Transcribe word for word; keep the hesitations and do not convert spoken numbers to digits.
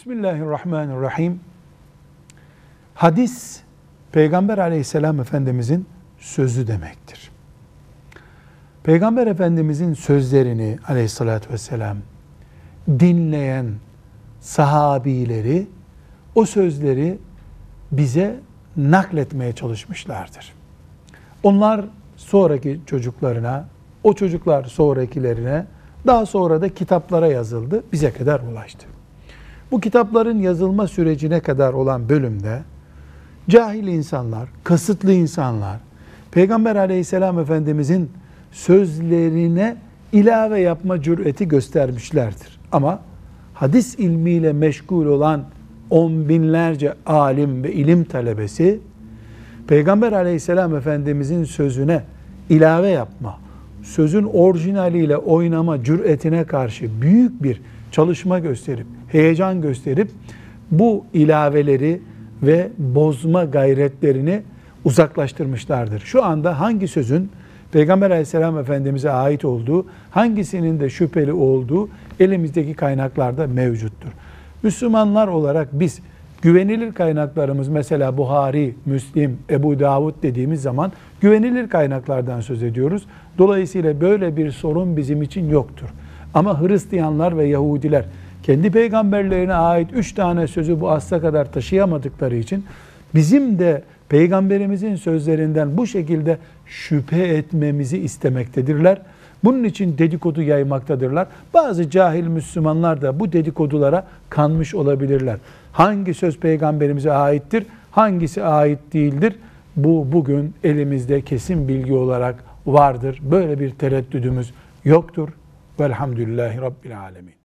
Bismillahirrahmanirrahim. Hadis, Peygamber aleyhisselam Efendimizin sözü demektir. Peygamber Efendimizin sözlerini aleyhissalatü vesselam dinleyen sahabileri o sözleri bize nakletmeye çalışmışlardır. Onlar sonraki çocuklarına, o çocuklar sonrakilerine, daha sonra da kitaplara yazıldı, bize kadar ulaştı. Bu kitapların yazılma sürecine kadar olan bölümde cahil insanlar, kasıtlı insanlar, Peygamber aleyhisselam Efendimizin sözlerine ilave yapma cüreti göstermişlerdir. Ama hadis ilmiyle meşgul olan on binlerce alim ve ilim talebesi, Peygamber aleyhisselam Efendimizin sözüne ilave yapma, sözün orijinaliyle oynama cüretine karşı büyük bir çalışma gösterip, heyecan gösterip bu ilaveleri ve bozma gayretlerini uzaklaştırmışlardır. Şu anda hangi sözün Peygamber aleyhisselam Efendimiz'e ait olduğu, hangisinin de şüpheli olduğu elimizdeki kaynaklarda mevcuttur. Müslümanlar olarak biz güvenilir kaynaklarımız, mesela Buhari, Müslim, Ebu Davud dediğimiz zaman güvenilir kaynaklardan söz ediyoruz. Dolayısıyla böyle bir sorun bizim için yoktur. Ama Hristiyanlar ve Yahudiler kendi peygamberlerine ait üç tane sözü bu asra kadar taşıyamadıkları için bizim de peygamberimizin sözlerinden bu şekilde şüphe etmemizi istemektedirler. Bunun için dedikodu yaymaktadırlar. Bazı cahil Müslümanlar da bu dedikodulara kanmış olabilirler. Hangi söz peygamberimize aittir, hangisi ait değildir? Bu bugün elimizde kesin bilgi olarak vardır. Böyle bir tereddüdümüz yoktur. Velhamdülillahi Rabbil Alemin.